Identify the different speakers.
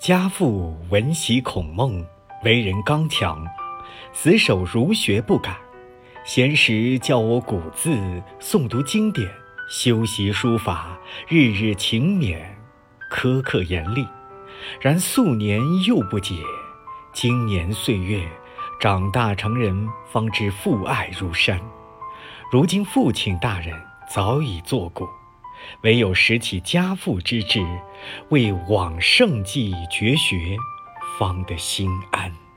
Speaker 1: 家父闻习孔孟，为人刚强，死守儒学不改。闲时教我古字，诵读经典，修习书法，日日勤勉，苛刻严厉。然素年幼不解，今年岁月，长大成人，方知父爱如山。如今父亲大人早已作古，唯有拾起家父之志，为往圣继绝学，方得心安。